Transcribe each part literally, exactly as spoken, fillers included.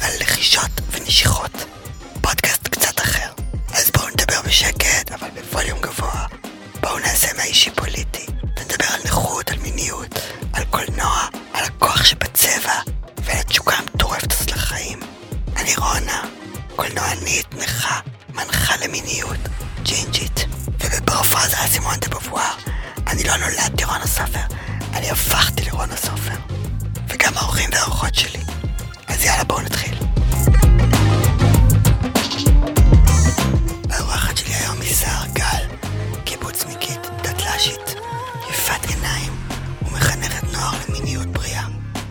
על לחישות ונשיכות. פודקאסט קצת אחר. אז בואו נדבר בשקט, אבל בווליום גבוה. בואו נעשה מהאישי פוליטי. ונדבר על נכות, על מיניות, על קולנוע, על הכוח שבצבע, ועל התשוקה המטורפת של החיים. אני רונה, קולנוענית, נכה, מנחה למיניות, ג'ינג'ית. ובפרפרזה סימון דה בובואר, אני לא נולדתי רונה סופר, אני הפכתי לרונה סופר. וגם האורחים והאורחות שלי. אז יאללה, בואו נתחיל. האורחת שלי היום היא סער גל, קיבוצניקית, דתל"שית, יפת עיניים ומחנכת נוער למיניות בריאה.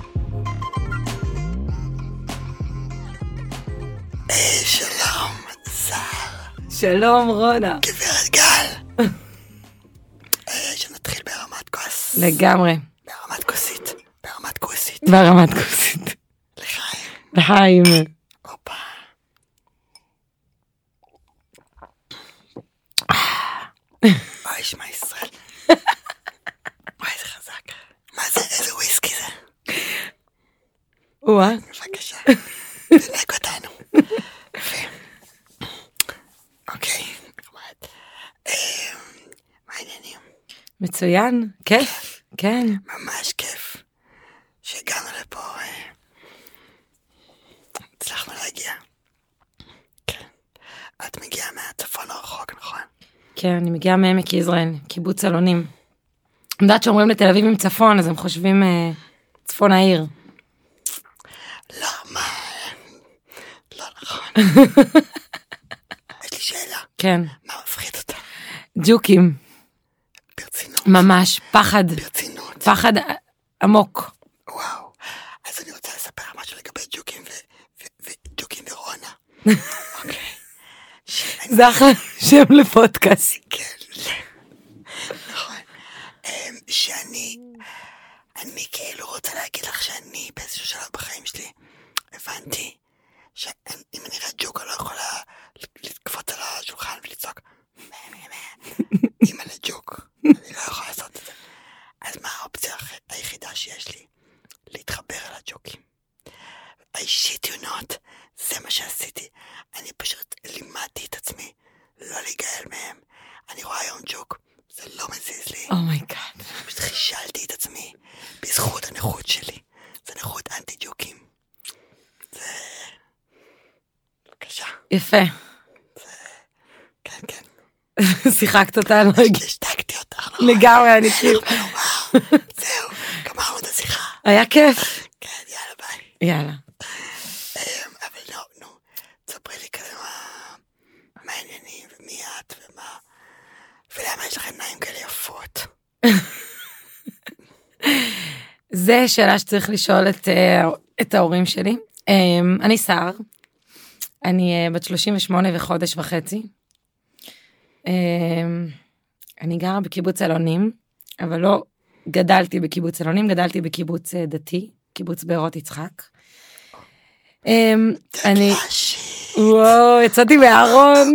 היי, שלום, סער. שלום, רונה. גברת גל. שנתחיל ברמת כוס. לגמרי. ברמת כוסית. ברמת כוסית. ברמת כוסית. לחיים. לחיים. הופה. אוי, שמע ישראל. וואי, זה חזק. מה זה? איזה וויסקי זה? וואה. בבקשה. תנק אותנו. אוקיי. מה העניינים? מצוין. כיף. כן. ממש כיף. שהגענו לפה. הצלחנו להגיע. כן. את מגיעה מהצפון הרחוק, נכון? כן, אני מגיעה מעמק יזרעאל, קיבוץ אלונים. אני יודעת שאומרים לתל אביב עם צפון, אז הם חושבים אה, צפון העיר. לא, מה? לא נכון. יש לי שאלה. כן. מה מפחיד אותה? ג'וקים. ברצינות. ממש. פחד. ברצינות. פחד עמוק. וואו. אז אני רוצה לספר משהו לגבי ג'וקים וג'וקים ורונה. אוקיי. זה אחלה שם לפודקאסט. כן. נכון. שאני, אני כאילו רוצה להגיד לך שאני באיזשהו שלב בחיים שלי הבנתי שאם אני רואה ג'וק אני לא יכולה לקפוץ על השולחן ולצעוק אימא לג'וק, אני לא יכולה לעשות את זה. אז מה האופציה היחידה שיש לי? להתחבר אל הג'וקים. I shit you not, זה מה שעשיתי. אני פשוט לימדתי את עצמי לא להיגאל מהם. אני רואה היום ג'וק, זה לא מזיז לי. אומייגאד. פשוט חישלתי את עצמי בזכות הנכות שלי. זה נכות אנטי ג'וקים. זה... בבקשה. יפה. זה... כן, כן. שיחקת אותה, לא הגיע. השתקתי אותך. לגמרי, אני כאילו. זהו, גמרנו את השיחה. היה כיף. כן, יאללה, ביי. יאללה. אבל לא, נו, תספרי לי כזה מה העניינים ומי את ומה, ולמה יש לכם נעים כאלה יפות? זה שאלה שצריך לשאול את, את ההורים שלי. אני סער, אני בת שלושים ושמונה וחודש וחצי. אני גרה בקיבוץ אלונים, אבל לא גדלתי בקיבוץ אלונים, גדלתי בקיבוץ דתי, קיבוץ בארות יצחק. אני... וואו, יצאתי מהארון.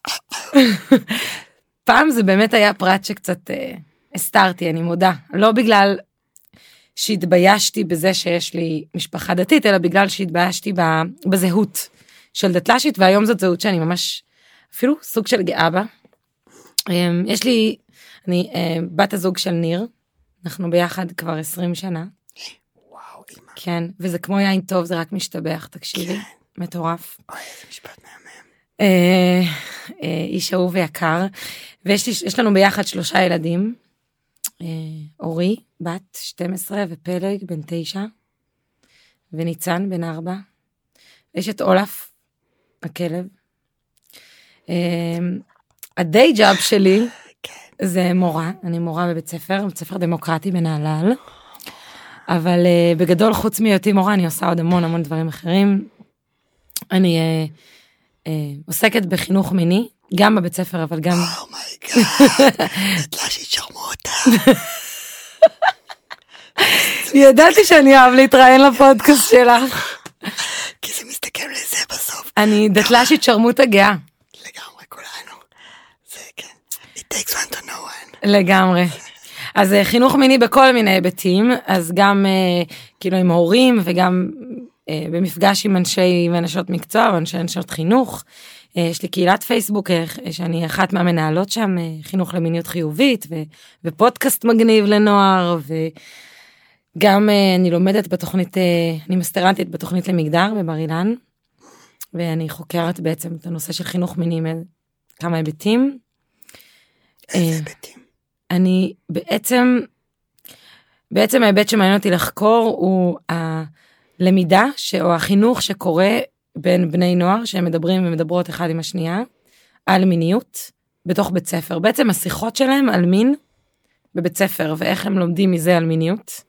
פעם זה באמת היה פרט שקצת הסתרתי, אני מודה. לא בגלל שהתביישתי בזה שיש לי משפחה דתית, אלא בגלל שהתביישתי בזהות של דתל"שית, והיום זאת זהות שאני ממש, אפילו סוג של גאה בה. יש לי, אני בת הזוג של ניר, אנחנו ביחד כבר עשרים שנה. וואו, אמא. כן, וזה כמו יין טוב, זה רק משתבח, תקשיבי, כן. מטורף. אוי, איזה משפט מהמם. אה, אה, איש אהוב ויקר, ויש לי, יש לנו ביחד שלושה ילדים, אה, אורי, בת שתים עשרה, ופלג, בן תשע, וניצן, בן ארבע, יש את אולף, הכלב. אה, הדיי ג'אב שלי, כן. זה מורה, אני מורה בבית ספר, בית ספר דמוקרטי בנהלל, אבל uh, בגדול חוץ מהיותי מורה אני עושה עוד המון המון דברים אחרים. אני uh, uh, עוסקת בחינוך מיני, גם בבית ספר אבל גם... אומייגאד, דתל"שית שרמוטה. ידעתי שאני אוהב להתראיין לפודקאסט שלך. כי זה מסתכל לזה בסוף. אני דתל"שית שרמוטה גאה. לגמרי, כולנו. זה כן. It takes one to know one. לגמרי. אז חינוך מיני בכל מיני היבטים, אז גם כאילו עם הורים וגם במפגש עם אנשי ונשות מקצוע, ואנשי ונשות חינוך. יש לי קהילת פייסבוק, שאני אחת מהמנהלות שם, חינוך למיניות חיובית, ו, ופודקאסט מגניב לנוער, וגם אני לומדת בתוכנית, אני מסטרנטית בתוכנית למגדר בבר אילן, ואני חוקרת בעצם את הנושא של חינוך מיני כמה היבטים. איזה היבטים? אני בעצם, בעצם ההיבט שמעניין אותי לחקור הוא הלמידה ש, או החינוך שקורה בין בני נוער שהם מדברים ומדברות אחד עם השנייה על מיניות בתוך בית ספר. בעצם השיחות שלהם על מין בבית ספר ואיך הם לומדים מזה על מיניות.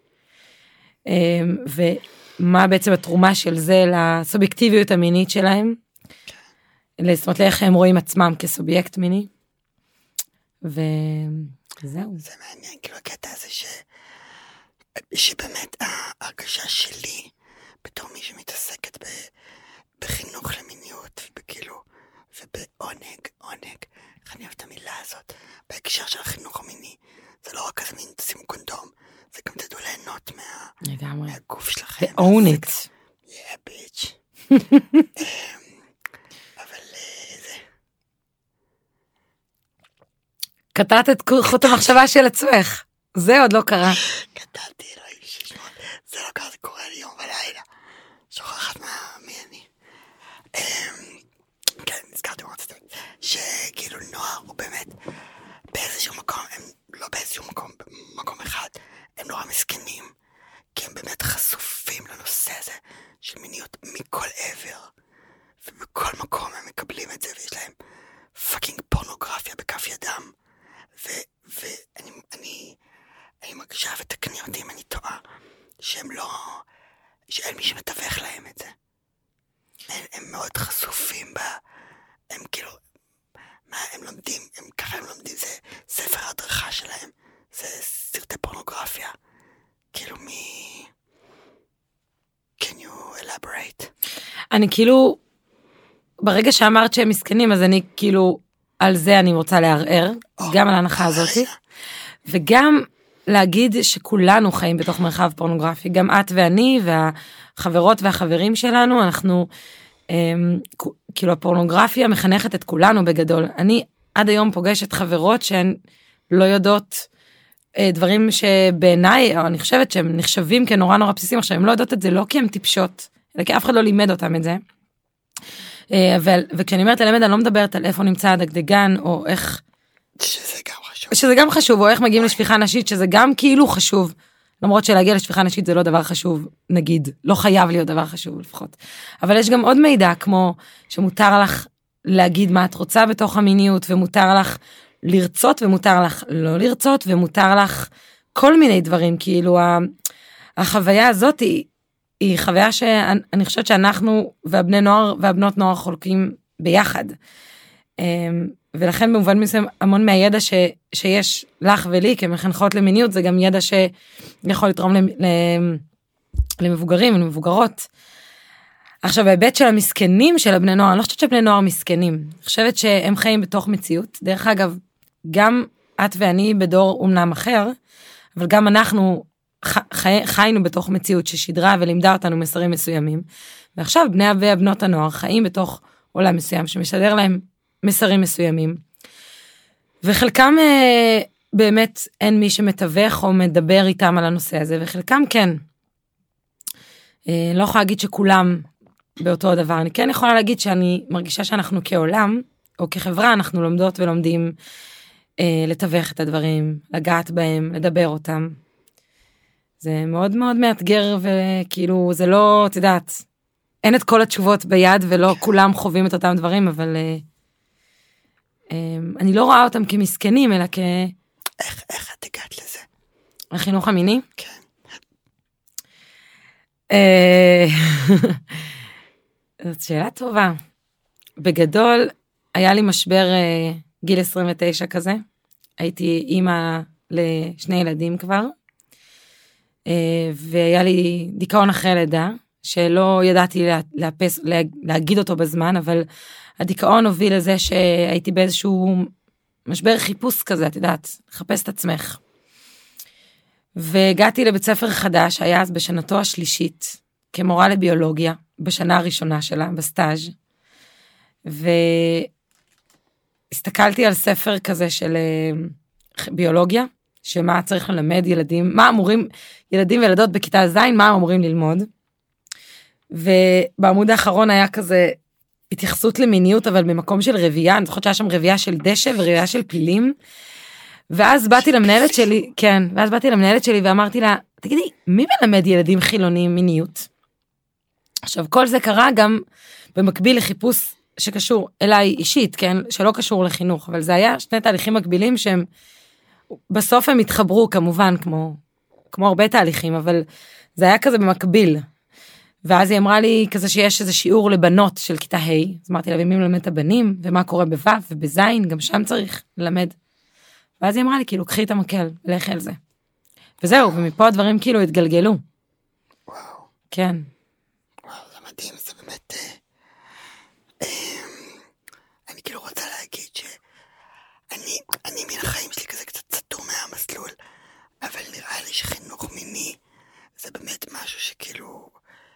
ומה בעצם התרומה של זה לסובייקטיביות המינית שלהם. זאת אומרת, איך הם רואים עצמם כסובייקט מיני. וזהו. זה מעניין, כאילו הקטע הזה ש... שבאמת ההרגשה שלי בתור מי שמתעסקת ב... בחינוך למיניות, ובכאילו, ובעונג, עונג, איך אני אוהב את המילה הזאת, בהקשר של החינוך המיני, זה לא רק איזה מין תשימו קונדום, זה גם תדעו ליהנות מה... מהגוף שלכם. own it. Yeah, bitch. אבל זה... קטעת את חוט המחשבה של עצמך, זה עוד לא קרה. קטעתי, אלוהים שישמור, זה לא קרה, זה קורה לי יום ולילה, שוכחת מה... מי אני. כן, נזכרתי מאוד סתם, שכאילו נוער הוא באמת באיזשהו מקום, הם לא באיזשהו מקום, במקום אחד, הם נורא מסכנים, כי הם באמת חשופים לנושא הזה של מיניות מכל עבר, ובכל מקום הם מקבלים את זה, ויש להם פאקינג פורנוגרפיה בכף ידם, ואני אני, אני מרגישה ותקני אותי אם אני טועה, שהם לא, שאין מי שמתווך להם את זה. הם, הם מאוד חשופים בה, הם כאילו, מה הם לומדים, הם ככה הם לומדים, זה ספר הדרכה שלהם, זה סרטי פורנוגרפיה, כאילו מי... Can you elaborate? אני כאילו, ברגע שאמרת שהם מסכנים, אז אני כאילו, על זה אני רוצה לערער, oh, גם על ההנחה הזאת, וגם להגיד שכולנו חיים בתוך מרחב פורנוגרפי, גם את ואני והחברות והחברים שלנו, אנחנו, כאילו הפורנוגרפיה מחנכת את כולנו בגדול. אני עד היום פוגשת חברות שהן לא יודעות דברים שבעיניי, או אני חושבת שהם נחשבים כנורא נורא בסיסים, עכשיו הם לא יודעות את זה לא כי הם טיפשות, אלא כי אף אחד לא לימד אותם את זה. אבל, וכשאני אומרת ללמד, אני לא מדברת על איפה נמצא הדגדגן, או איך... שזה גם חשוב. שזה גם חשוב, או איך מגיעים לשפיכה נשית, שזה גם כאילו חשוב. למרות שלהגיע לשפיכה נשית זה לא דבר חשוב, נגיד. לא חייב להיות דבר חשוב לפחות. אבל יש גם עוד מידע, כמו שמותר לך להגיד מה את רוצה בתוך המיניות, ומותר לך לרצות, ומותר לך לא לרצות, ומותר לך כל מיני דברים. כאילו, החוויה הזאת היא, היא חוויה שאני חושבת שאנחנו והבני נוער והבנות נוער חולקים ביחד. ולכן במובן מסוים המון מהידע ש, שיש לך ולי כמחנכות למיניות, זה גם ידע שיכול לתרום למבוגרים ולמבוגרות. עכשיו, בהיבט של המסכנים של הבני נוער, אני לא חושבת שבני נוער מסכנים, אני חושבת שהם חיים בתוך מציאות. דרך אגב, גם את ואני בדור אומנם אחר, אבל גם אנחנו חי, חיינו בתוך מציאות ששידרה ולימדה אותנו מסרים מסוימים, ועכשיו בני ובנות הנוער חיים בתוך עולם מסוים שמשדר להם מסרים מסוימים, וחלקם אה, באמת אין מי שמתווך או מדבר איתם על הנושא הזה, וחלקם כן. אה, לא יכולה להגיד שכולם באותו הדבר, אני כן יכולה להגיד שאני מרגישה שאנחנו כעולם, או כחברה, אנחנו לומדות ולומדים אה, לתווך את הדברים, לגעת בהם, לדבר אותם. זה מאוד מאוד מאתגר, וכאילו זה לא, את יודעת, אין את כל התשובות ביד, ולא כולם חווים את אותם דברים, אבל... אה, אני לא רואה אותם כמסכנים, אלא כ... איך, איך את הגעת לזה? החינוך המיני? כן. זאת שאלה טובה. בגדול, היה לי משבר גיל עשרים ותשע כזה. הייתי אימא לשני ילדים כבר. והיה לי דיכאון אחרי לידה, שלא ידעתי לאפס, להגיד אותו בזמן, אבל... הדיכאון הוביל לזה שהייתי באיזשהו משבר חיפוש כזה, את יודעת, לחפש את עצמך. והגעתי לבית ספר חדש, היה אז בשנתו השלישית, כמורה לביולוגיה, בשנה הראשונה שלה, בסטאז', והסתכלתי על ספר כזה של ביולוגיה, שמה צריך ללמד ילדים, מה אמורים, ילדים וילדות בכיתה ז', מה הם אמורים ללמוד, ובעמוד האחרון היה כזה התייחסות למיניות, אבל במקום של רבייה, אני זוכרת שהיה שם רבייה של דשא ורבייה של פילים, ואז באתי למנהלת שלי, כן, ואז באתי למנהלת שלי ואמרתי לה, תגידי, מי מלמד ילדים חילונים מיניות? עכשיו, כל זה קרה גם במקביל לחיפוש שקשור אליי אישית, כן, שלא קשור לחינוך, אבל זה היה שני תהליכים מקבילים שהם, בסוף הם התחברו כמובן, כמו, כמו הרבה תהליכים, אבל זה היה כזה במקביל. ואז היא אמרה לי כזה שיש איזה שיעור לבנות של כיתה ה', אז אמרתי לה, ומי מלמד את הבנים, ומה קורה בו' ובז', גם שם צריך ללמד. ואז היא אמרה לי, כאילו, קחי את המקל, לכי על זה. וזהו, ומפה הדברים כאילו התגלגלו. וואו. כן. וואו, זה מדהים, זה באמת... אה, אה, אני כאילו רוצה להגיד שאני אני מן החיים שלי כזה קצת סתום מהמסלול, אבל נראה לי שחינוך מיני זה באמת משהו שכאילו...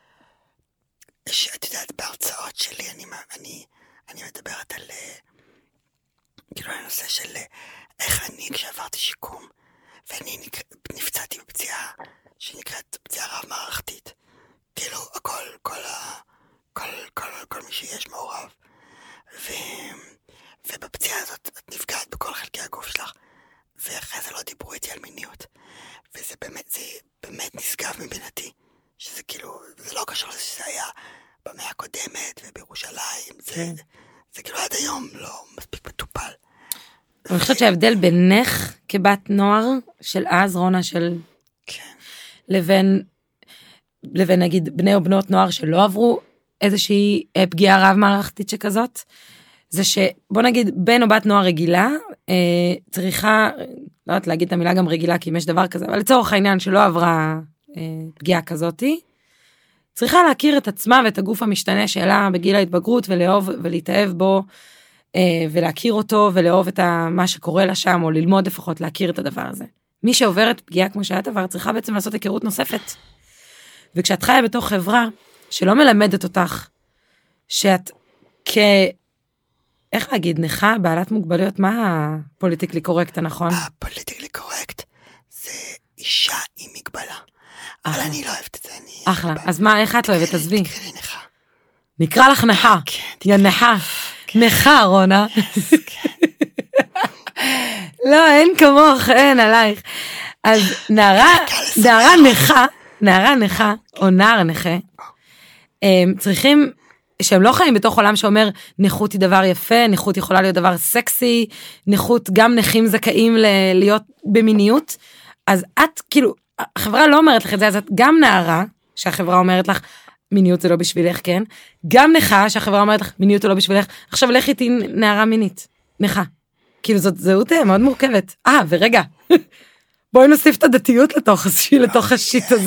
שאת יודעת, בהרצאות שלי אני, אני, אני מדברת על... כאילו הנושא של איך אני כשעברתי שיקום, ואני נפצעתי בפציעה שנקראת פציעה רב מערכתית. כאילו הכל, כל ה... כל, כל, כל מי שיש מעורב. ו... ובפציעה הזאת את נפגעת בכל חלקי הגוף שלך, ואחרי זה לא דיברו איתי על מיניות. וזה באמת, זה באמת נשגב מבינתי. שזה כאילו, זה לא קשור לזה שזה היה במאה הקודמת ובירושלים. זה, כן. זה כאילו עד היום לא מספיק מטופל. אני חושבת שההבדל בינך כבת נוער של אז, רונה, של... כן. לבין, לבין נגיד בני או בנות נוער שלא עברו איזושהי פגיעה רב מערכתית שכזאת, זה שבוא נגיד בן או בת נוער רגילה, אה, צריכה, לא יודעת להגיד את המילה גם רגילה, כי אם יש דבר כזה, אבל לצורך העניין שלא עברה אה, פגיעה כזאתי, צריכה להכיר את עצמה ואת הגוף המשתנה שלה בגיל ההתבגרות, ולאהוב ולהתאהב בו, ולהכיר אותו, ולאהוב את מה שקורה לה שם, או ללמוד לפחות להכיר את הדבר הזה. מי שעוברת פגיעה כמו שהיה דבר, צריכה בעצם לעשות היכרות נוספת. וכשאת חיה בתוך חברה, שלא מלמדת אותך, שאת כ... איך להגיד, נכה, בעלת מוגבלויות, מה הפוליטיקלי קורקט הנכון? הפוליטיקלי קורקט זה אישה עם מגבלה. אבל אני לא אוהבת את זה. אחלה, אז מה, איך את לא אוהבת? עזבי. תקראי לי נכה. נקרא לך נכה. יא נכה. נכה, רונה. לא, אין כמוך, אין עלייך. אז נערה, נערה נכה, נערה נכה, או נער נכה, צריכים, שהם לא חיים בתוך עולם שאומר, נכות היא דבר יפה, נכות יכולה להיות דבר סקסי, נכות, גם נכים זכאים להיות במיניות, אז את, כאילו, החברה לא אומרת לך את זה, אז את גם נערה, שהחברה אומרת לך, מיניות זה לא בשבילך, כן? גם נכה, שהחברה אומרת לך, מיניות זה לא בשבילך, עכשיו לך איתי נערה מינית, נכה. כאילו זאת זהות מאוד מורכבת. אה, ורגע, בואי נוסיף את הדתיות לתוך, לתוך השיט הזה.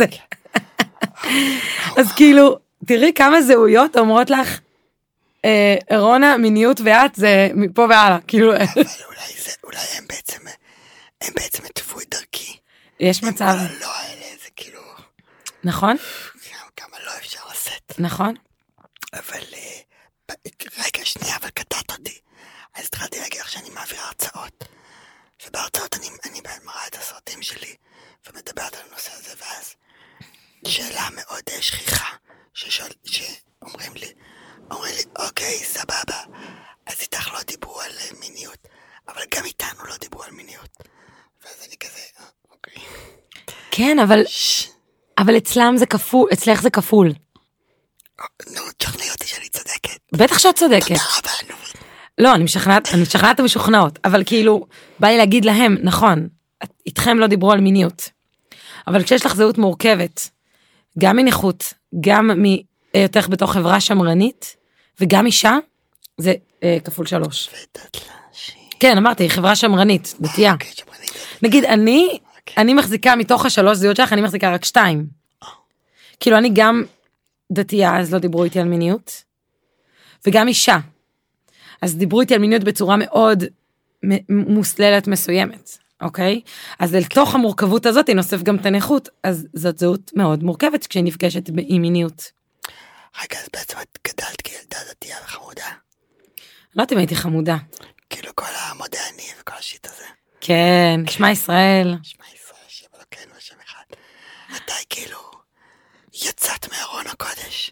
אז כאילו, תראי כמה זהויות אומרות לך, רונה, מיניות ואת, זה מפה והלאה, כאילו. אבל אולי זה, אולי הם בעצם, הם בעצם הטפו את דרכי. יש מצב. לא האלה, זה כאילו... נכון? כמה לא אפשר לשאת. נכון. אבל, רגע, שנייה, אבל קטעת אותי. אז התחלתי להגיד לך שאני מעביר הרצאות. ובהרצאות אני, אני מראה את הסרטים שלי, ומדברת על הנושא הזה, ואז שאלה מאוד שכיחה, ששואל, שאומרים לי, אומרים לי, אוקיי, סבבה, אז איתך לא דיברו על מיניות, אבל גם איתנו לא דיברו על מיניות. ואז אני כזה, אוקיי. כן, אבל, אבל אצלם זה כפול, אצלך זה כפול. נו, תשכנעי אותי שאני צודקת. בטח שאת צודקת. תודה רבה, נו. לא, אני משכנעת, אני משכנעת המשוכנעות, אבל כאילו, בא לי להגיד להם, נכון, איתכם לא דיברו על מיניות, אבל כשיש לך זהות מורכבת, גם מנכות, גם מהיותך בתוך חברה שמרנית, וגם אישה, זה אה, כפול שלוש. כן, אמרתי, חברה שמרנית, דתייה. נגיד, אני, אני מחזיקה מתוך השלוש זהות שלך, אני מחזיקה רק שתיים. כאילו, אני גם דתייה, אז לא דיברו איתי על מיניות, וגם אישה. אז דיברו איתי על מיניות בצורה מאוד מוסללת מסוימת. אוקיי? אז לתוך המורכבות הזאת, היא נוסף גם את הנכות, אז זאת זהות מאוד מורכבת כשהיא נפגשת עם מיניות. רגע, אז בעצם את גדלת כילדה דתייה וחמודה? לא יודעת אם הייתי חמודה. כאילו כל המודעני וכל השיט הזה. כן, שמע ישראל. שמע ישראל, שיהיה בלוקנו השם אחד. מתי כאילו יצאת מארון הקודש?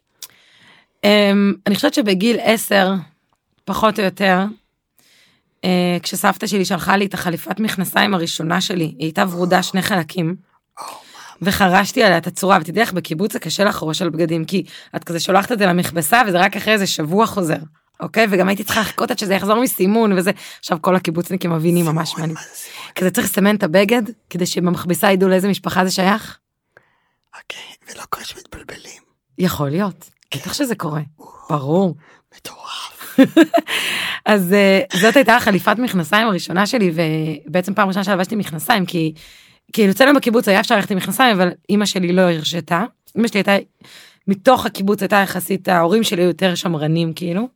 אני חושבת שבגיל עשר, פחות או יותר, כשסבתא שלי שלחה לי את החליפת מכנסיים הראשונה שלי, היא הייתה ורודה שני חלקים, וחרשתי עליה את הצורה, ותדעי איך בקיבוץ זה קשה לחרוש על בגדים, כי את כזה שולחת את זה למכבסה, וזה רק אחרי איזה שבוע חוזר, אוקיי? וגם הייתי צריכה לחכות עד שזה יחזור מסימון, וזה, עכשיו כל הקיבוצניקים מבינים ממש מעניין. כזה צריך לסמן את הבגד, כדי שבמכבסה ידעו לאיזה משפחה זה שייך. אוקיי, ולא כל שמתבלבלים. יכול להיות, בטח שזה קורה, ברור. מטורף. אז זאת הייתה החליפת מכנסיים הראשונה שלי, ובעצם פעם ראשונה שלבשתי מכנסיים, כי כאילו אצלנו בקיבוץ היה אפשר ללכת עם מכנסיים, אבל אמא שלי לא הרשתה. אמא שלי הייתה, מתוך הקיבוץ הייתה יחסית, ההורים שלי יותר שמרנים כאילו.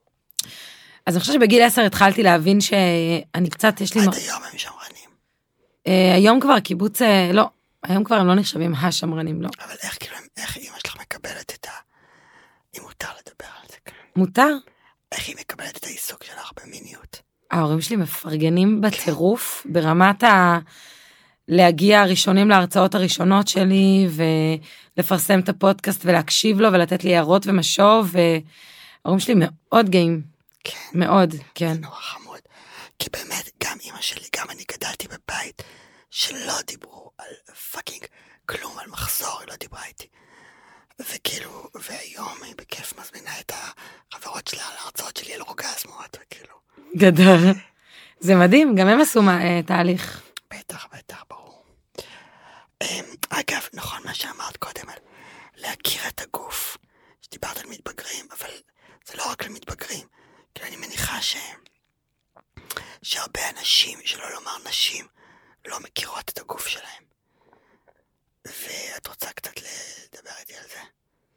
אז אני חושבת שבגיל עשר התחלתי להבין שאני קצת, יש לי... עד היום הם שמרנים. היום כבר קיבוץ, לא, היום כבר הם לא נחשבים השמרנים, לא. אבל איך כאילו, איך אמא שלך מקבלת את ה... אם מותר לדבר על זה כאן. מותר? איך היא מקבלת את העיסוק שלך במיניות? ההורים שלי מפרגנים בטירוף, ברמת ה... להגיע ראשונים להרצאות הראשונות שלי, ולפרסם את הפודקאסט ולהקשיב לו, ולתת לי הערות ומשוב, וההורים שלי מאוד גאים. כן. מאוד, כן. זה נורא חמוד. כי באמת, גם אמא שלי, גם אני גדלתי בבית, שלא דיברו על פאקינג כלום, על מחזור, היא לא דיברה איתי. וכאילו, והיום היא בכיף מזמינה את החברות שלה להרצאות שלי על אורגזמות, וכאילו. גדול. זה מדהים, גם הם עשו תהליך. בטח, בטח, ברור. אגב, נכון מה שאמרת קודם, על להכיר את הגוף, שדיברת על מתבגרים, אבל זה לא רק למתבגרים, כי אני מניחה ש... שהרבה אנשים, שלא לומר נשים, לא מכירות את הגוף שלהם. ואת רוצה קצת לדבר איתי על זה?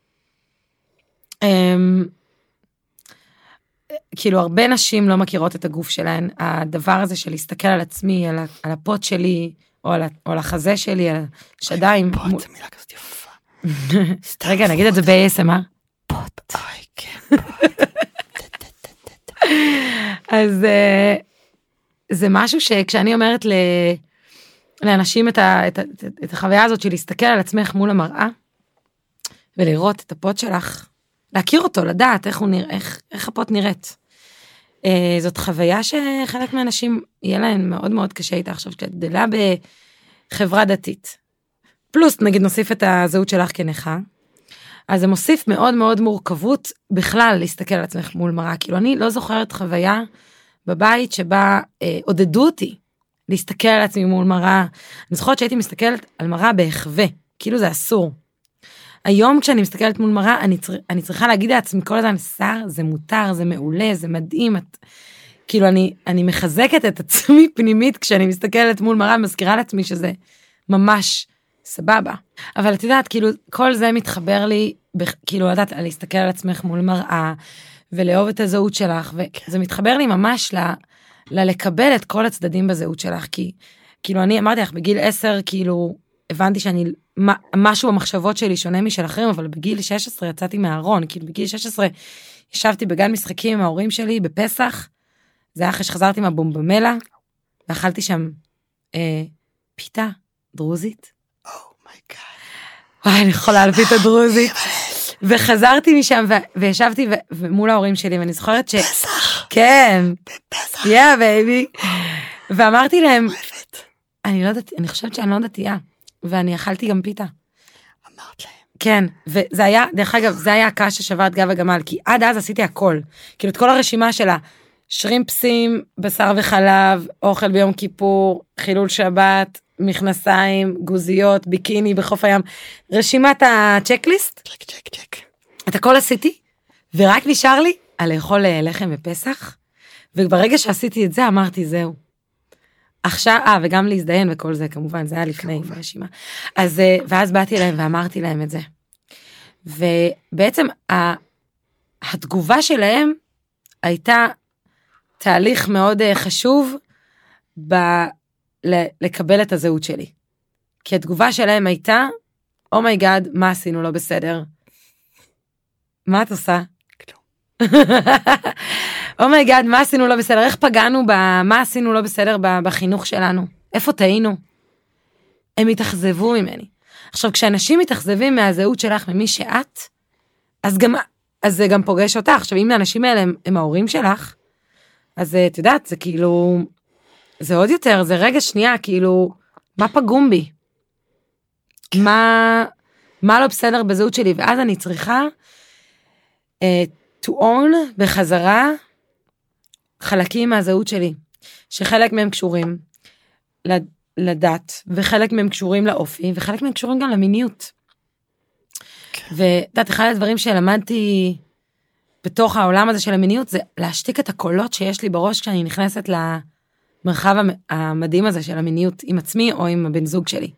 כאילו הרבה נשים לא מכירות את הגוף שלהן, הדבר הזה של להסתכל על עצמי, על, על הפוט שלי, או על, או על החזה שלי, על השדיים. פוט, זה מילה כזאת יפה. רגע, נגיד את זה ב-איי אס אם אר. פוט. אוי, כן, פוט. אז זה משהו שכשאני אומרת לאנשים את, ה, את, ה, את החוויה הזאת של להסתכל על עצמך מול המראה, ולראות את הפוט שלך, להכיר אותו, לדעת איך, הוא נראה, איך, איך הפוט נראית. אה, זאת חוויה שחלק מהאנשים יהיה להם מאוד מאוד קשה איתה עכשיו, כשאת גדלה בחברה דתית. פלוס, נגיד, נוסיף את הזהות שלך כנכה, אז זה מוסיף מאוד מאוד מורכבות בכלל להסתכל על עצמך מול מראה. כאילו, אני לא זוכרת חוויה בבית שבה אה, עודדו אותי להסתכל על עצמי מול מראה. אני זוכרת שהייתי מסתכלת על מראה בהחווה, כאילו זה אסור. היום כשאני מסתכלת מול מראה, אני, צר... אני צריכה להגיד לעצמי כל הזמן, שר, זה מותר, זה מעולה, זה מדהים. את... כאילו אני, אני מחזקת את עצמי פנימית כשאני מסתכלת מול מראה, מזכירה לעצמי שזה ממש סבבה. אבל את יודעת, כאילו, כל זה מתחבר לי, בכ... כאילו, יודעת, להסתכל על עצמך מול מראה, ולאהוב את הזהות שלך, וזה מתחבר לי ממש ל... ללקבל את כל הצדדים בזהות שלך, כי, כאילו, אני אמרתי לך, בגיל עשר, כאילו, הבנתי שאני... משהו במחשבות שלי שונה משל אחרים, אבל בגיל שש עשרה יצאתי מהארון, כאילו בגיל שש עשרה ישבתי בגן משחקים עם ההורים שלי בפסח, זה היה אחרי שחזרתי מהבומבמלה, ואכלתי שם אה, פיתה דרוזית. אומייגאד. וואי, אני יכולה על פיתה דרוזית. וחזרתי משם, ו- וישבתי ו- ומול ההורים שלי, ואני זוכרת ש... פסח. כן. בפסח. יא, בייבי. ואמרתי להם, אני לא יודעת, אני חושבת שאני לא דתייה. ואני אכלתי גם פיתה. אמרת להם. כן, וזה היה, דרך אגב, זה היה הקש ששבר את גב הגמל, כי עד אז עשיתי הכל. כאילו את כל הרשימה שלה, שרימפסים, בשר וחלב, אוכל ביום כיפור, חילול שבת, מכנסיים, גוזיות, ביקיני בחוף הים, רשימת הצ'קליסט. צ'ק, צ'ק, צ'ק. את הכל עשיתי, ורק נשאר לי על לאכול לחם בפסח, וברגע שעשיתי את זה אמרתי זהו. עכשיו, אה, וגם להזדיין וכל זה, כמובן, זה היה לפני ברשימה. אז, ואז באתי להם ואמרתי להם את זה. ובעצם, התגובה שלהם הייתה תהליך מאוד חשוב, לקבל את הזהות שלי. כי התגובה שלהם הייתה, אומייגאד, מה עשינו לא בסדר? מה את עושה? אומייגאד, מה עשינו לא בסדר? איך פגענו, מה עשינו לא בסדר בחינוך שלנו? איפה טעינו? הם התאכזבו ממני. עכשיו, כשאנשים מתאכזבים מהזהות שלך, ממי שאת, אז גם, אז זה גם פוגש אותך. עכשיו, אם האנשים האלה הם, הם ההורים שלך, אז את יודעת, זה כאילו, זה עוד יותר, זה רגע שנייה, כאילו, מה פגום בי? מה, מה לא בסדר בזהות שלי? ואז אני צריכה uh, to own בחזרה חלקים מהזהות שלי, שחלק מהם קשורים לדת, וחלק מהם קשורים לאופי, וחלק מהם קשורים גם למיניות. ודעת, אחד הדברים שלמדתי בתוך העולם הזה של המיניות, זה להשתיק את הקולות שיש לי בראש, כשאני נכנסת למרחב המדהים הזה של המיניות, עם עצמי או עם הבן זוג שלי.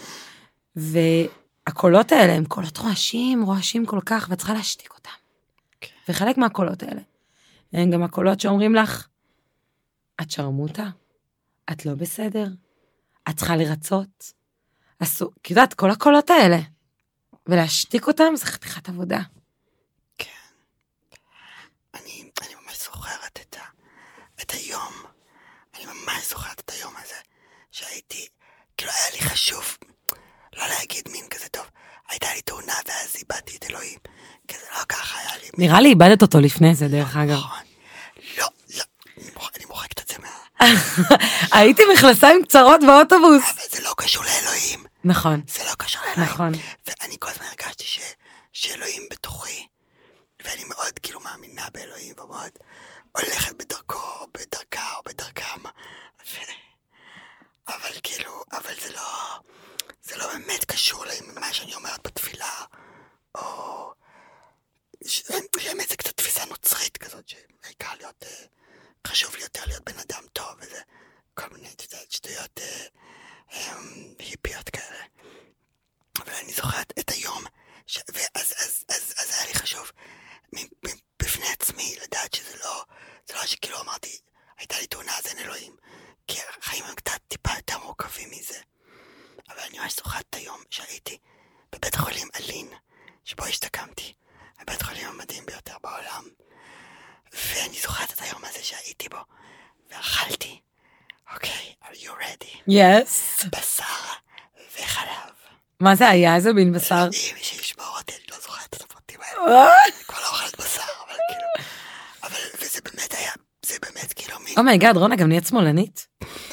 והקולות האלה הם קולות רועשים, רועשים כל כך, ואת צריכה להשתיק אותם. וחלק מהקולות האלה, הם גם הקולות שאומרים לך, את שרמוטה, את לא בסדר, את צריכה לרצות, כי יודעת, כל הקולות האלה, ולהשתיק אותם, זה חתיכת עבודה. כן. אני, אני ממש זוכרת את, ה, את היום, אני ממש זוכרת את היום הזה, שהייתי, כאילו היה לי חשוב, לא להגיד מין כזה טוב, הייתה לי תאונה ואז איבדתי את אלוהים, כי זה לא ככה היה לי. נראה לי איבדת אותו לפני זה, דרך אגב. לא, לא, אני מוחקת את זה מה... הייתי מכנסיים קצרות באוטובוס. אבל זה לא קשור לאלוהים. נכון. זה לא קשור לאלוהים. נכון. ואני כל הזמן הרגשתי ש... שאלוהים בתוכי, ואני מאוד כאילו מאמינה באלוהים, ומאוד הולכת בדרכו, או בדרכה, או בדרכם. ו... אבל כאילו, אבל זה לא... זה לא באמת קשור למה שאני אומרת בתפילה, או... באמת זה קצת תפיסה נוצרית כזאת, שהעיקר להיות... חשוב לי יותר להיות בן אדם טוב, וזה כל מיני שטויות אה, אה, היפיות כאלה. אבל אני זוכרת את היום, ש... ואז אז, אז, אז היה לי חשוב בפני עצמי לדעת שזה לא, זה לא שכאילו אמרתי, הייתה לי תאונה, אז אין אלוהים, כי החיים הם קצת טיפה יותר מורכבים מזה. אבל אני ממש זוכרת את היום שהייתי בבית החולים אלין, שבו השתקמתי, בבית החולים המדהים ביותר בעולם. ואני זוכרת את היום הזה שהייתי בו, ואכלתי, אוקיי, are you ready? Yes. בשר וחלב. מה זה היה? איזה מין בשר? אם מישהו ישמור אותי, אני לא זוכרת את הפרטים האלה. אני כבר לא אוכלת בשר, אבל כאילו, אבל, וזה באמת היה, זה באמת כאילו מין... אומייגאד, רונה, גם נהיית שמאלנית?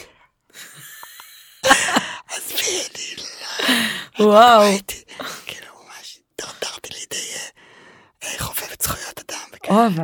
אז ואני לא... וואו. כאילו, ממש דרדרתי לידי חובבת זכויות אדם. או, אבל...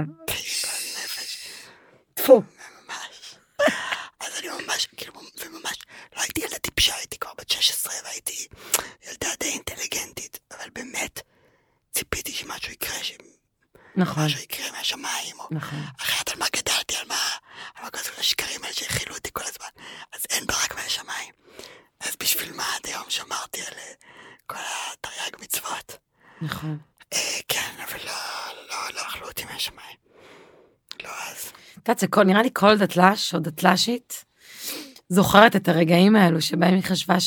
טפו. ממש. אז אני ממש, כאילו, וממש, לא הייתי ילדה טיפשה, הייתי כבר בת שש עשרה, והייתי ילדה די אינטליגנטית, אבל באמת, ציפיתי שמשהו יקרה, שמשהו יקרה מהשמיים, או אחרת על מה גדלתי, על מה, על מה כזו לשקרים האלה שהכילו אותי כל הזמן, אז אין ברק מהשמיים. אז בשביל מה עד היום שמרתי על כל התרי"ג מצוות. נכון. כן, אבל לא, לא אכלו אותי מהשמיים. לא אז. אתה יודע, כל, נראה לי כל דתל"ש או דתל"שית זוכרת את הרגעים האלו שבהם היא חשבה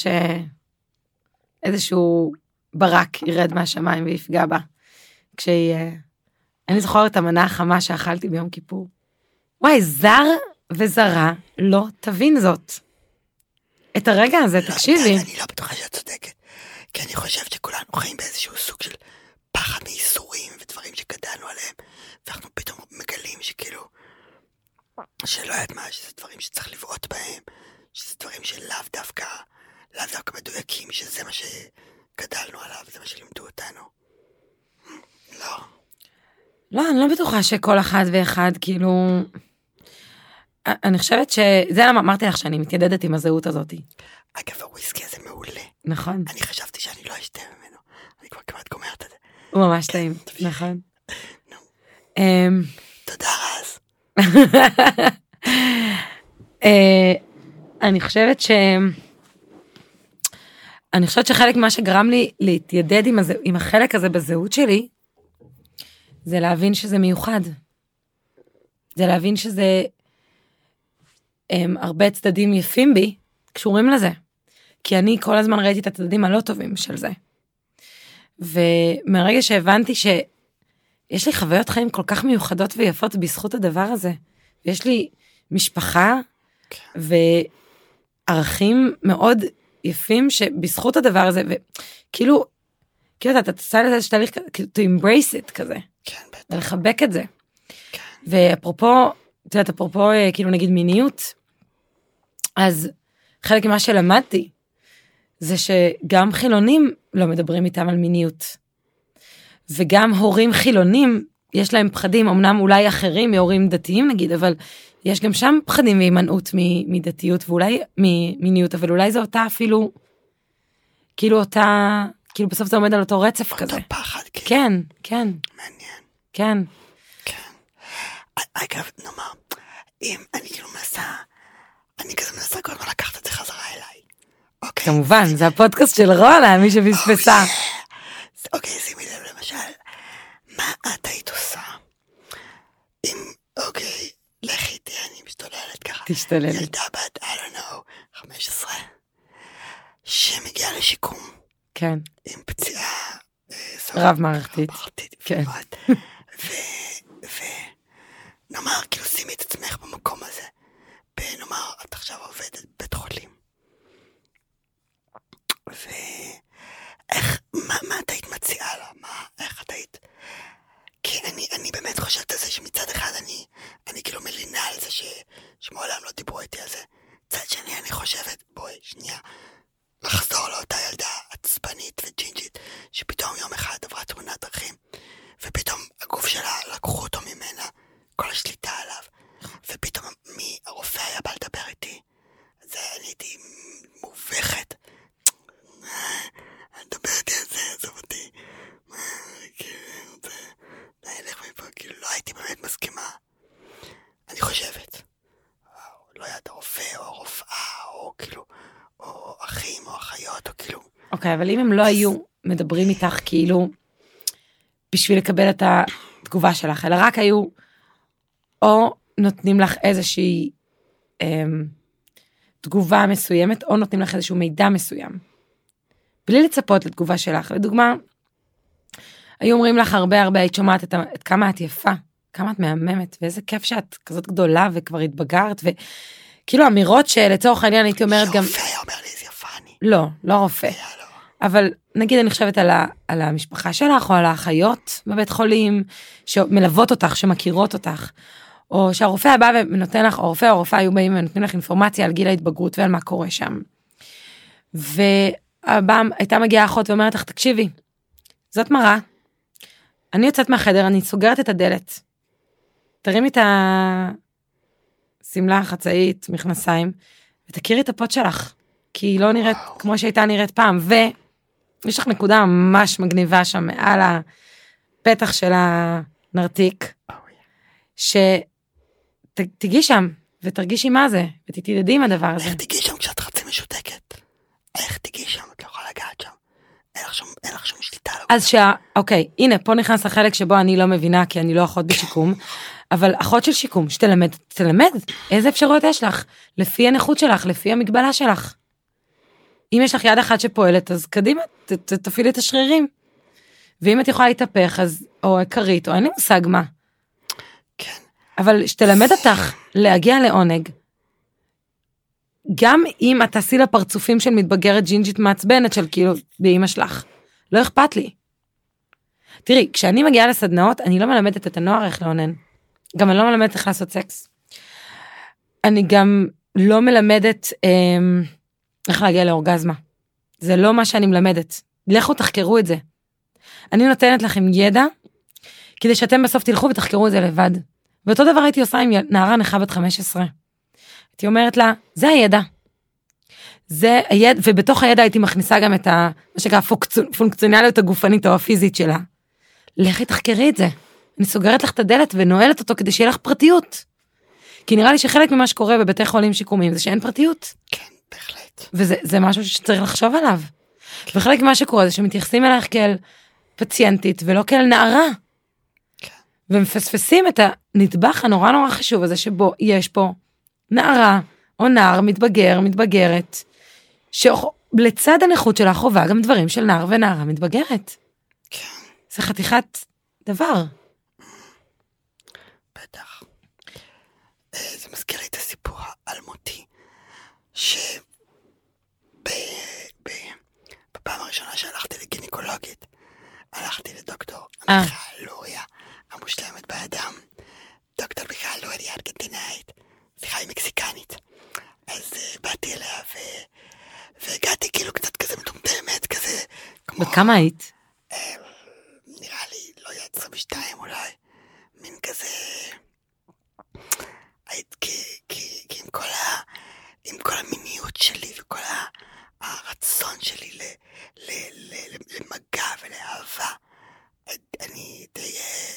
שאיזשהו ברק ירד מהשמיים ויפגע בה. כשהיא, אני זוכרת את המנה החמה שאכלתי ביום כיפור. וואי, זר וזרה לא תבין זאת. את הרגע הזה, לא, תקשיבי. אני לא בטוחה שאת צודקת, כי אני חושבת שכולנו חיים באיזשהו סוג של פחד מייסורים ודברים שגדלנו עליהם, ואנחנו פתאום מגלים שכאילו, שלא יודעת מה, שזה דברים שצריך לבעוט בהם, שזה דברים שלאו דווקא, לאו דווקא מדויקים, שזה מה שגדלנו עליו, זה מה שלימדו אותנו. לא. לא, אני לא בטוחה שכל אחד ואחד, כאילו, אני חושבת שזה למה אמרתי לך שאני מתיידדת עם הזהות הזאת. אגב, הוויסקי הזה מעולה. נכון. אני חשבתי שאני לא אשתה ממנו, אני כבר כמעט גומרת את זה. הוא ממש טעים, נכון. תודה רז. אני חושבת ש... אני חושבת שחלק מה שגרם לי להתיידד עם, הזה, עם החלק הזה בזהות שלי, זה להבין שזה מיוחד. זה להבין שזה הם, הרבה צדדים יפים בי, קשורים לזה. כי אני כל הזמן ראיתי את הצדדים הלא טובים של זה. ומרגע שהבנתי שיש לי חוויות חיים כל כך מיוחדות ויפות בזכות הדבר הזה, ויש לי משפחה וערכים מאוד יפים שבזכות הדבר הזה, וכאילו, כאילו אתה תעשה לזה שתהליך, to embrace it כזה, ולחבק את זה. ואפרופו, את יודעת, אפרופו כאילו נגיד מיניות, אז חלק ממה שלמדתי, זה שגם חילונים לא מדברים איתם על מיניות. וגם הורים חילונים, יש להם פחדים, אמנם אולי אחרים מהורים דתיים נגיד, אבל יש גם שם פחדים והימנעות מדתיות, ואולי ממיניות, אבל אולי זה אותה אפילו, כאילו אותה, כאילו בסוף זה עומד על אותו רצף כזה. אותו פחד, כאילו. כן, כן. מעניין. כן. כן. אגב, נאמר, אם אני כאילו מנסה, אני כזה מנסה כל הזמן לקחת את זה חזרה אליי. אוקיי. כמובן, זה הפודקאסט של רונה, מי שפספסה. אוקיי, שימי לב למשל, מה את היית עושה? אם, אוקיי, לכי איתי, אני משתוללת ככה. תשתוללת. ילדה בת, I don't know, חמש עשרה, שמגיעה לשיקום. כן. עם פציעה רב מערכתית. כן. ונאמר, כאילו שימי את עצמך במקום הזה, ונאמר, את עכשיו עובדת בית חולים. ואיך, מה, מה את היית מציעה לה? מה, איך את היית? כי אני, אני באמת חושבת על זה שמצד אחד אני, אני כאילו מלינה על זה ש, שמעולם לא דיברו איתי על זה. צד שני אני חושבת, בואי, שנייה, לחזור לאותה ילדה עצבנית וג'ינג'ית, שפתאום יום אחד עברה תאונת דרכים, ופתאום הגוף שלה לקחו אותו ממנה, כל השליטה עליו, ופתאום מי, הרופא היה בא לדבר איתי, אז אני הייתי מובכת, אני מדבר איתי על זה, עזוב אותי, כאילו, זה הלך מפה, כאילו לא הייתי באמת מסכימה. אני חושבת, לא יודעת, הרופא או הרופאה, או כאילו, או אחים או אחיות, או כאילו. אוקיי, אבל אם הם לא היו מדברים איתך כאילו, בשביל לקבל את התגובה שלך, אלא רק היו, או נותנים לך איזושהי אמ, תגובה מסוימת, או נותנים לך איזשהו מידע מסוים. בלי לצפות לתגובה שלך. לדוגמה, היו אומרים לך הרבה הרבה, היית שומעת את, את כמה את יפה, כמה את מהממת, ואיזה כיף שאת כזאת גדולה וכבר התבגרת, וכאילו אמירות שלצורך העניין הייתי אומרת גם... רופא היה אומר לי, איזה יפה אני. לא, לא רופא. אבל נגיד אני חושבת על, ה, על המשפחה שלך, או על האחיות בבית חולים, שמלוות אותך, שמכירות אותך, או שהרופא הבא ונותן לך, או הרופא או הרופאה היו באים ונותנים לך אינפורמציה על גיל ההתבגרות ועל מה קורה שם. והבא הייתה מגיעה אחות ואומרת לך, תקשיבי, זאת מראה, אני יוצאת מהחדר, אני סוגרת את הדלת, תרימי את הסמלה החצאית, מכנסיים, ותכירי את הפות שלך, כי היא לא נראית וואו. כמו שהייתה נראית פעם, ויש לך נקודה ממש מגניבה שם, מעל הפתח של הנרתיק, שתגיעי שם, ותרגישי מה זה, ותתיידדי עם הדבר הזה. איך תגיעי שם כשאת חצי משותקת? איך תגיעי שם? את לא יכולה לגעת שם. אין לך שום, אין לך שום שליטה. אז שה, אוקיי, הנה, פה נכנס החלק שבו אני לא מבינה, כי אני לא אחות בשיקום, אבל אחות של שיקום, שתלמד, תלמד, איזה אפשרויות יש לך, לפי הנכות שלך, לפי המגבלה שלך. אם יש לך יד אחת שפועלת, אז קדימה, ת, ת, תפעילי את השרירים. ואם את יכולה להתהפך, אז, או כרית, או אין לי מושג מה. כן. אבל שתלמד אותך להגיע לעונג, גם אם את תעשי לה פרצופים של מתבגרת ג'ינג'ית מעצבנת, של כאילו, באמא שלך. לא אכפת לי. תראי, כשאני מגיעה לסדנאות, אני לא מלמדת את הנוער איך לעונן. גם אני לא מלמדת איך לעשות סקס. אני גם לא מלמדת אה, איך להגיע לאורגזמה. זה לא מה שאני מלמדת. לכו תחקרו את זה. אני נותנת לכם ידע, כדי שאתם בסוף תלכו ותחקרו את זה לבד. ואותו דבר הייתי עושה עם נערה נכה בת חמש עשרה. הייתי אומרת לה, זה הידע. זה הידע, ובתוך הידע הייתי מכניסה גם את ה, מה שקרה, פונקציונליות הגופנית או הפיזית שלה. לכי תחקרי את זה. אני סוגרת לך את הדלת ונועלת אותו כדי שיהיה לך פרטיות. כי נראה לי שחלק ממה שקורה בבתי חולים שיקומיים זה שאין פרטיות. כן, בהחלט. וזה זה משהו שצריך לחשוב עליו. כן. וחלק ממה שקורה זה שמתייחסים אלייך כאל פציינטית ולא כאל נערה. כן. ומפספסים את הנדבך הנורא נורא חשוב הזה שבו יש פה נערה או נער מתבגר, מתבגרת, שלצד הנכות שלה חובה גם דברים של נער ונערה מתבגרת. כן. זה חתיכת דבר. בטח. זה מזכיר לי את הסיפור האלמותי, שבפעם הראשונה שהלכתי לגינקולוגית, הלכתי לדוקטור מיכל לוריה, המושלמת באדם. דוקטור מיכל לוריה ארגנטינאית, סליחה, היא מקסיקנית. אז באתי אליה והגעתי כאילו קצת כזה מטומטמת, כזה כמו... בכמה היית? נראה לי, לא יודע, עשרים ושתיים אולי, מין כזה... היית כי עם כל ה... עם כל המיניות שלי וכל הרצון שלי למגע ולאהבה, אני די...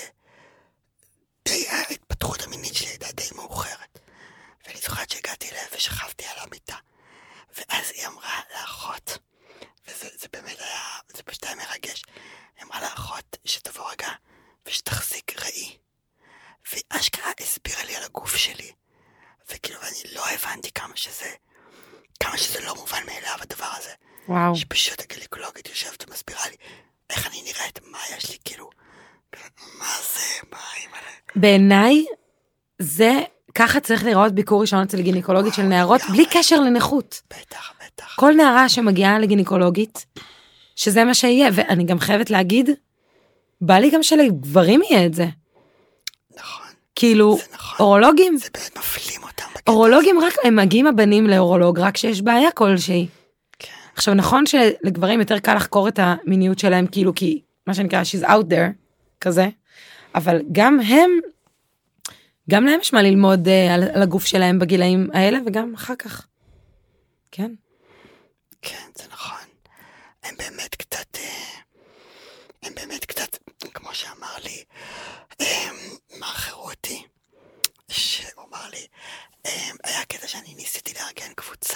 די... ההתפתחות המינית שלי הייתה די מאוחרת. ואני זוכרת שהגעתי אליה ושכבתי על המיטה, ואז היא אמרה לאחות, וזה זה באמת היה, זה פשוט היה מרגש, היא אמרה לאחות שתבוא רגע ושתחזיק ראי, והיא אשכרה הסבירה לי על הגוף שלי, וכאילו אני לא הבנתי כמה שזה, כמה שזה לא מובן מאליו הדבר הזה. וואו. שפשוט הגליקולוגית יושבת ומסבירה לי איך אני נראית, מה יש לי, כאילו, מה זה, מה עם עליי. בעיניי זה... ככה צריך לראות ביקור ראשון אצל גינקולוגית של נערות, בלי קשר לנכות. בטח, בטח. כל נערה שמגיעה לגינקולוגית, שזה מה שיהיה, ואני גם חייבת להגיד, בא לי גם שלגברים יהיה את זה. נכון. כאילו, אורולוגים. זה באמת מפלים אותם. אורולוגים רק, הם מגיעים הבנים לאורולוג, רק שיש בעיה כלשהי. כן. עכשיו, נכון שלגברים יותר קל לחקור את המיניות שלהם, כאילו, כי, מה שנקרא, she's out there, כזה, אבל גם הם, גם להם יש מה ללמוד uh, על, על הגוף שלהם בגילאים האלה, וגם אחר כך. כן? כן, זה נכון. הם באמת קצת, הם באמת קצת, כמו שאמר לי, מר חירותי, שהוא אמר לי, היה קטע שאני ניסיתי לארגן קבוצה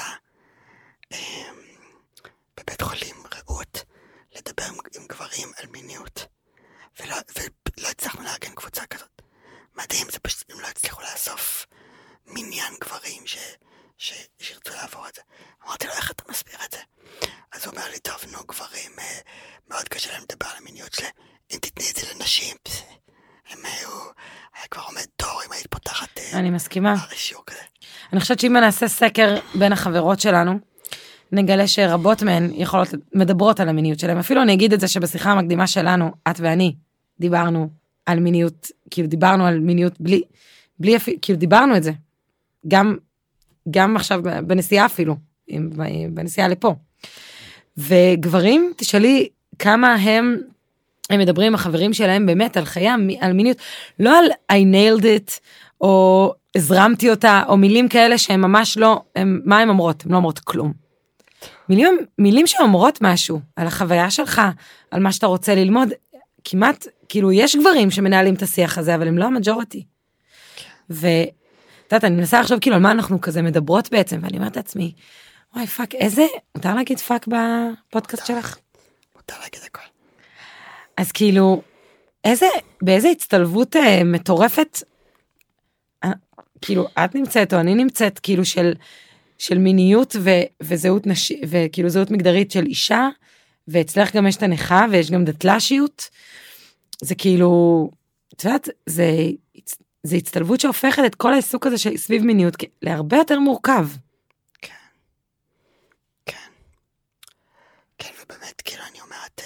בבית חולים רעות, לדבר עם גברים על מיניות, ולא, ולא הצלחנו לארגן קבוצה כזאת. מדהים, זה פשוט, הם לא הצליחו לאסוף מניין גברים ש, ש, שירצו לעבור את זה. אמרתי לו, איך אתה מסביר את זה? אז הוא אומר לי, טוב, נו, גברים, אה, מאוד קשה להם לדבר על המיניות שלהם, אם תתני את זה לנשים, פס, הם היו, היה כבר עומד דור, אם היית פותחת... אה, אני מסכימה. הרשיור כזה. אני חושבת שאם נעשה סקר בין החברות שלנו, נגלה שרבות מהן יכולות, מדברות על המיניות שלהם. אפילו אני אגיד את זה שבשיחה המקדימה שלנו, את ואני, דיברנו על מיניות, כאילו דיברנו על מיניות בלי, בלי אפילו, כאילו דיברנו את זה. גם, גם עכשיו בנסיעה אפילו, בנסיעה לפה. וגברים, תשאלי כמה הם, הם מדברים עם החברים שלהם באמת על חיי, על מיניות, לא על I nailed it, או הזרמתי אותה, או מילים כאלה שהם ממש לא, הם, מה הם אומרות? הם לא אומרות כלום. מילים, מילים שאומרות משהו, על החוויה שלך, על מה שאתה רוצה ללמוד, כמעט, כאילו, יש גברים שמנהלים את השיח הזה, אבל הם לא המג'ורטי. ואת יודעת, אני מנסה לחשוב כאילו על מה אנחנו כזה מדברות בעצם, ואני אומרת לעצמי, וואי, פאק, איזה, מותר להגיד פאק בפודקאסט שלך? מותר להגיד הכל. אז כאילו, איזה, באיזה הצטלבות אה, מטורפת, אה, כאילו, את נמצאת או אני נמצאת, כאילו, של, של מיניות ו, וזהות נשי, וכאילו זהות מגדרית של אישה, ואצלך גם יש את הנכה, ויש גם דתל"שיות, זה כאילו, את יודעת, זה, זה הצטלבות שהופכת את כל העיסוק הזה סביב מיניות, להרבה יותר מורכב. כן. כן. כן, ובאמת, כאילו, אני אומרת,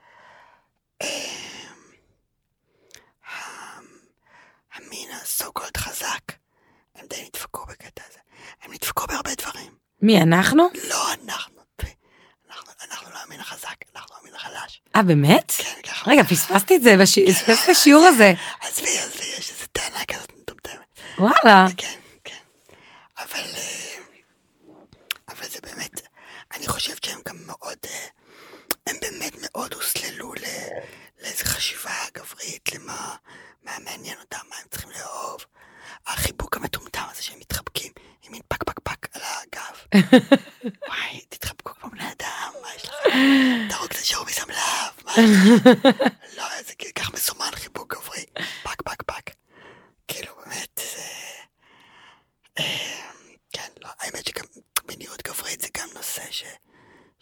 המין הסו-קולד חזק, הם די נדפקו בקטע הזה. הם נדפקו בהרבה דברים. מי, אנחנו? לא, אנחנו. אנחנו לא המין החזק, אנחנו המין החלש. אה, באמת? כן, ככה. רגע, פספסתי את זה, פספסתי בשיעור הזה. עזבי, עזבי, יש איזו טענה כזאת מטומטמת. וואלה. כן, כן. אבל, אבל זה באמת, אני חושבת שהם גם מאוד, הם באמת מאוד הוסללו לאיזו חשיבה גברית, למה מעניין אותם, מה הם צריכים לאהוב. החיבוק המטומטם הזה שהם מתחבקים, עם מין פק פק פק על הגב. וואי, תתחבקו כמו בני אדם, מה יש לך? תרוג את השור מסם לב, מה יש לך? לא, זה כך מסומן חיבוק גברי, פק פק פק. כאילו באמת זה... כן, לא, האמת שגם מיניות גברית זה גם נושא ש...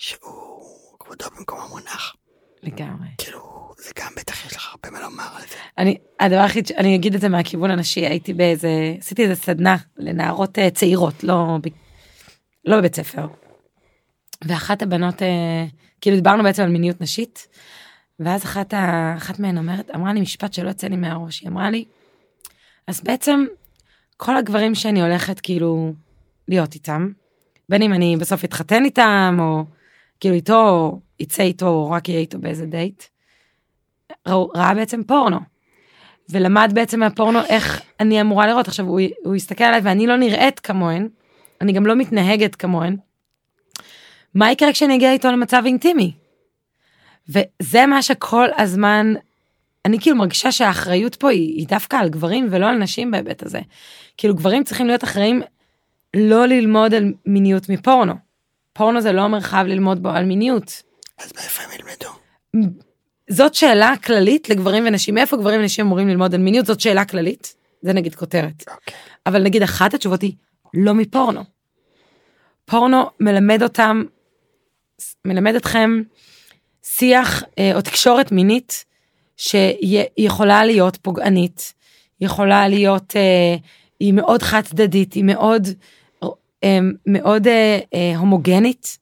שהוא כבודו במקום המונח. לגמרי. כאילו, זה גם בטח יש לך הרבה מה לומר על זה. אני, הדבר הכי, אני אגיד את זה מהכיוון הנשי, הייתי באיזה, עשיתי איזה סדנה לנערות uh, צעירות, לא, לא בבית ספר. ואחת הבנות, uh, כאילו דיברנו בעצם על מיניות נשית, ואז אחת, ה, אחת מהן אומרת, אמרה לי משפט שלא יצא לי מהראש, היא אמרה לי, אז בעצם כל הגברים שאני הולכת כאילו להיות איתם, בין אם אני בסוף אתחתן איתם, או כאילו איתו, או יצא איתו, או רק יהיה איתו באיזה דייט, ראה בעצם פורנו, ולמד בעצם מהפורנו איך אני אמורה לראות. עכשיו הוא, הוא הסתכל עליי ואני לא נראית כמוהן, אני גם לא מתנהגת כמוהן, מה יקרה כשאני אגיע איתו למצב אינטימי? וזה מה שכל הזמן, אני כאילו מרגישה שהאחריות פה היא, היא דווקא על גברים ולא על נשים בהיבט הזה. כאילו גברים צריכים להיות אחראים לא ללמוד על מיניות מפורנו. פורנו זה לא המרחב ללמוד בו על מיניות. אז מאיפה הם ילמדו? זאת שאלה כללית לגברים ונשים. מאיפה גברים ונשים אמורים ללמוד על מיניות? זאת שאלה כללית. זה נגיד כותרת. Okay. אבל נגיד אחת התשובות היא לא מפורנו. פורנו מלמד אותם, מלמד אתכם שיח או תקשורת מינית שיכולה להיות פוגענית, יכולה להיות, היא מאוד חד צדדית, היא מאוד, מאוד הומוגנית,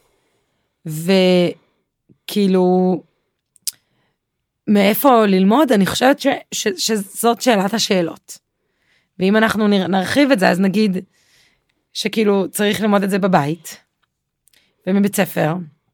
וכאילו, מאיפה ללמוד? אני חושבת ש, ש, שזאת שאלת השאלות. ואם אנחנו נרחיב את זה, אז נגיד שכאילו צריך ללמוד את זה בבית, ומבית ספר,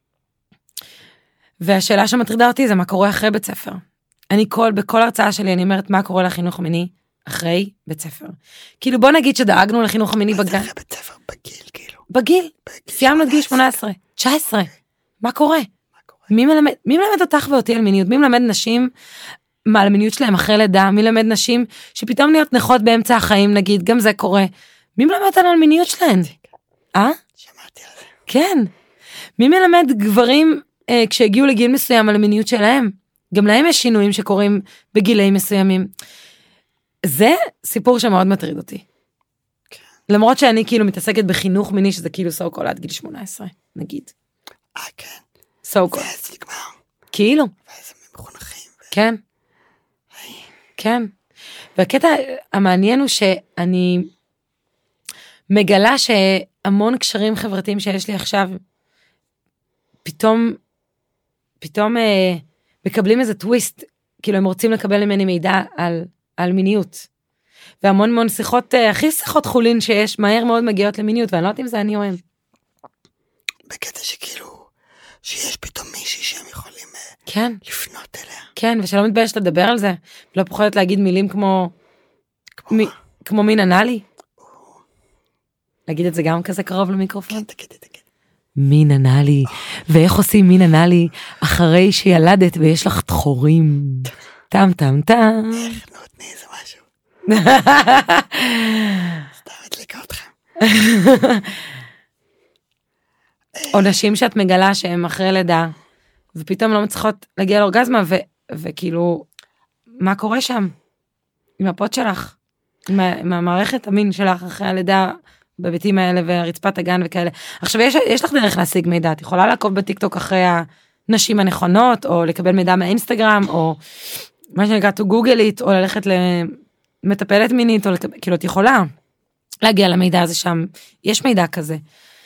והשאלה שמטרידה אותי זה מה קורה אחרי בית ספר. אני כל, בכל הרצאה שלי אני אומרת מה קורה לחינוך המיני אחרי בית ספר. כאילו בוא נגיד שדאגנו לחינוך המיני בגן. אחרי בית ספר בגיל כאילו. בגיל. סיימנו את גיל שמונה עשרה, תשע עשרה. מה קורה? מי מלמד, מי מלמד אותך ואותי על מיניות? מי מלמד נשים מה על המיניות שלהם אחרי לידה? מי מלמד נשים שפתאום נהיות נכות באמצע החיים נגיד? גם זה קורה. מי מלמד אותנו על מיניות שלהן? אה? שמעתי על זה. כן. מי מלמד גברים אה, כשהגיעו לגיל מסוים על המיניות שלהם? גם להם יש שינויים שקורים בגילאים מסוימים. זה סיפור שמאוד מטריד אותי. כן. למרות שאני כאילו מתעסקת בחינוך מיני, שזה כאילו סו קול עד גיל שמונה עשרה, נגיד. אה, כן. סו קול. ואז נגמר. כאילו. ואז הם מחונכים. ו... כן. כן. והקטע המעניין הוא שאני מגלה שהמון קשרים חברתיים שיש לי עכשיו, פתאום, פתאום אה, מקבלים איזה טוויסט, כאילו הם רוצים לקבל ממני מידע על, על מיניות. והמון המון שיחות, אה, הכי שיחות חולין שיש, מהר מאוד מגיעות למיניות, ואני לא יודעת אם זה אני או הם. בקטע שכאילו, שיש פתאום מישהי שהם יכולים אה, כן. לפנות אליה. כן, ושלא מתבייש לדבר על זה, ולא פוחדת להגיד מילים כמו, כמו, מ, כמו מין אנלי. להגיד את זה גם כזה קרוב למיקרופון? כן, תגידי, תגידי. מין אנלי, ואיך עושים מין אנלי אחרי שילדת ויש לך תחורים. טם טם טם. איך נותני איזה משהו. סתם הדליקה אתכם. או נשים שאת מגלה שהן אחרי לידה, ופתאום לא מצליחות להגיע לאורגזמה, וכאילו, מה קורה שם? עם הפות שלך, עם המערכת המין שלך אחרי הלידה, בביתים האלה והרצפת הגן וכאלה. עכשיו יש, יש לך דרך להשיג מידע, את יכולה לעקוב בטיקטוק אחרי הנשים הנכונות, או לקבל מידע מהאינסטגרם, או מה שנקרא to google it, או ללכת למטפלת מינית, או לקבל, כאילו את יכולה להגיע למידע הזה שם, יש מידע כזה.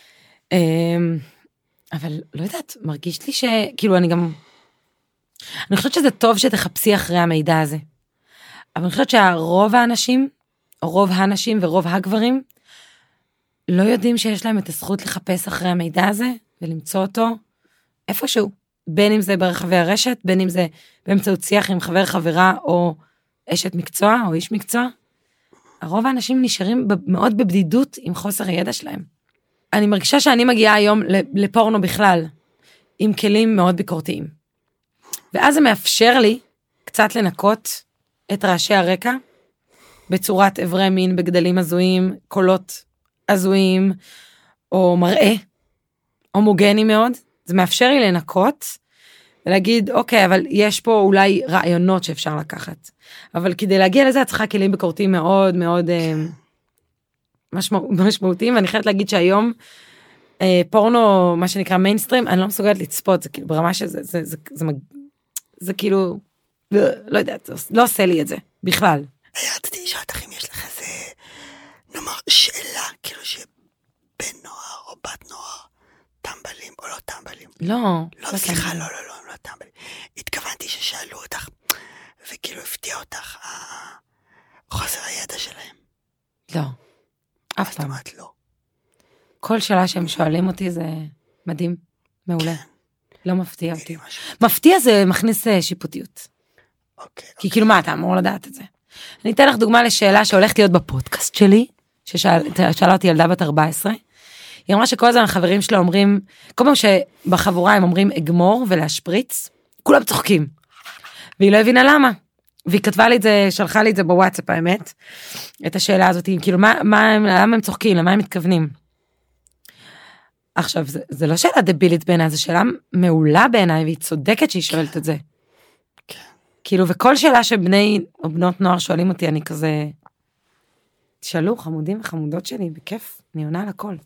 אבל לא יודעת, מרגיש לי שכאילו אני גם, אני חושבת שזה טוב שתחפשי אחרי המידע הזה. אבל אני חושבת שהרוב האנשים, או רוב האנשים ורוב הגברים, לא יודעים שיש להם את הזכות לחפש אחרי המידע הזה, ולמצוא אותו איפשהו, בין אם זה ברחבי הרשת, בין אם זה באמצעות שיח עם חבר חברה, או אשת מקצוע, או איש מקצוע. הרוב האנשים נשארים מאוד בבדידות עם חוסר הידע שלהם. אני מרגישה שאני מגיעה היום לפורנו בכלל, עם כלים מאוד ביקורתיים. ואז זה מאפשר לי קצת לנקות את רעשי הרקע, בצורת אברי מין בגדלים הזויים, קולות הזויים, או מראה, הומוגני מאוד. זה מאפשר לי לנקות, ולהגיד, אוקיי, אבל יש פה אולי רעיונות שאפשר לקחת. אבל כדי להגיע לזה, את צריכה כלים ביקורתיים מאוד מאוד משמע, משמעותיים, ואני חייבת להגיד שהיום, אה, פורנו, מה שנקרא מיינסטרים, אני לא מסוגלת לצפות, זה כאילו ברמה שזה, זה, זה, זה, זה, זה כאילו, לא יודעת, לא עושה לי את זה, בכלל. רציתי לשאול אותך אם יש לך איזה, נאמר, שאלה, כאילו שבן נוער או בת נוער, טמבלים או לא טמבלים. לא. לא, סליחה, לא, לא, לא, הם לא טמבלים. התכוונתי ששאלו אותך, וכאילו הפתיע אותך, חוסר הידע שלהם. לא. אף פעם. זאת אומרת, לא. כל שאלה שהם שואלים אותי זה מדהים, מעולה. כן. לא מפתיע אותי. משהו. מפתיע זה מכניס שיפוטיות. אוקיי. כי כאילו מה, אתה אמור לדעת את זה. אני אתן לך דוגמה לשאלה שהולכת להיות בפודקאסט שלי, ששאלה אותי ילדה בת ארבע עשרה. היא אמרה שכל הזמן החברים שלה אומרים, כל פעם שבחבורה הם אומרים אגמור ולהשפריץ, כולם צוחקים. והיא לא הבינה למה. והיא כתבה לי את זה, שלחה לי את זה בוואטסאפ, האמת, את השאלה הזאת, כאילו, מה, מה, למה הם צוחקים, למה הם מתכוונים? עכשיו, זה, זה לא שאלה דבילית בעיניי, זו שאלה מעולה בעיניי, והיא צודקת שהיא שואלת את זה. כן. כאילו, וכל שאלה שבני או בנות נוער שואלים אותי, אני כזה, תשאלו, חמודים וחמודות שלי, בכיף, אני עונה על הכל.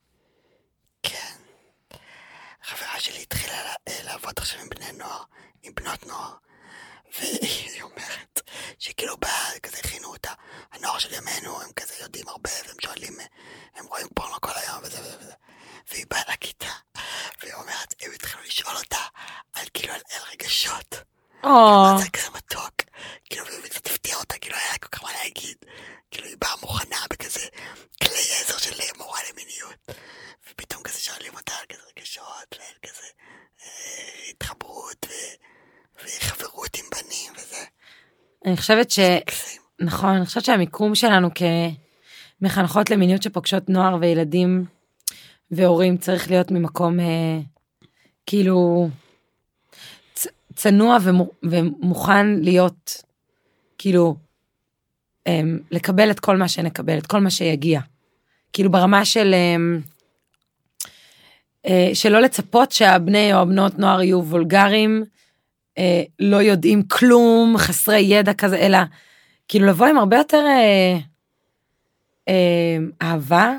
כן. החברה שלי התחילה לעבוד עכשיו עם בני נוער, עם בנות נוער, והיא אומרת שכאילו באה, כזה הכינו אותה, הנוער של ימינו, הם כזה יודעים הרבה, והם שואלים, הם רואים פורנו כל היום וזה וזה וזה, והיא באה לכיתה, והיא אומרת, הם התחילו לשאול אותה, על כאילו על אל רגשות. זה כזה מתוק, כאילו, וזה תפתיע אותה, כאילו היה כל כך מה להגיד, כאילו היא באה מוכנה בכזה כלי עזר של מורה למיניות, ופתאום כזה שואלים אותה על כזה רגשות, ועל כזה התחברות וחברות עם בנים וזה. אני חושבת ש... נכון, אני חושבת שהמיקום שלנו כמחנכות למיניות שפוגשות נוער וילדים והורים צריך להיות ממקום אה, כאילו צ, צנוע ומוכן להיות כאילו אה, לקבל את כל מה שנקבל, את כל מה שיגיע. כאילו ברמה של אה, אה, שלא לצפות שהבני או הבנות נוער יהיו וולגרים, אה, לא יודעים כלום, חסרי ידע כזה, אלא כאילו לבוא עם הרבה יותר אה, אה, אהבה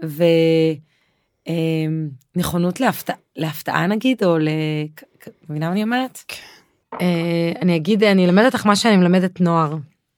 ונכונות אה, להפתע, להפתעה נגיד, או לכ... מבינה מה אני אומרת? כן. אה, אני אגיד, אני אלמד אותך מה שאני מלמדת נוער.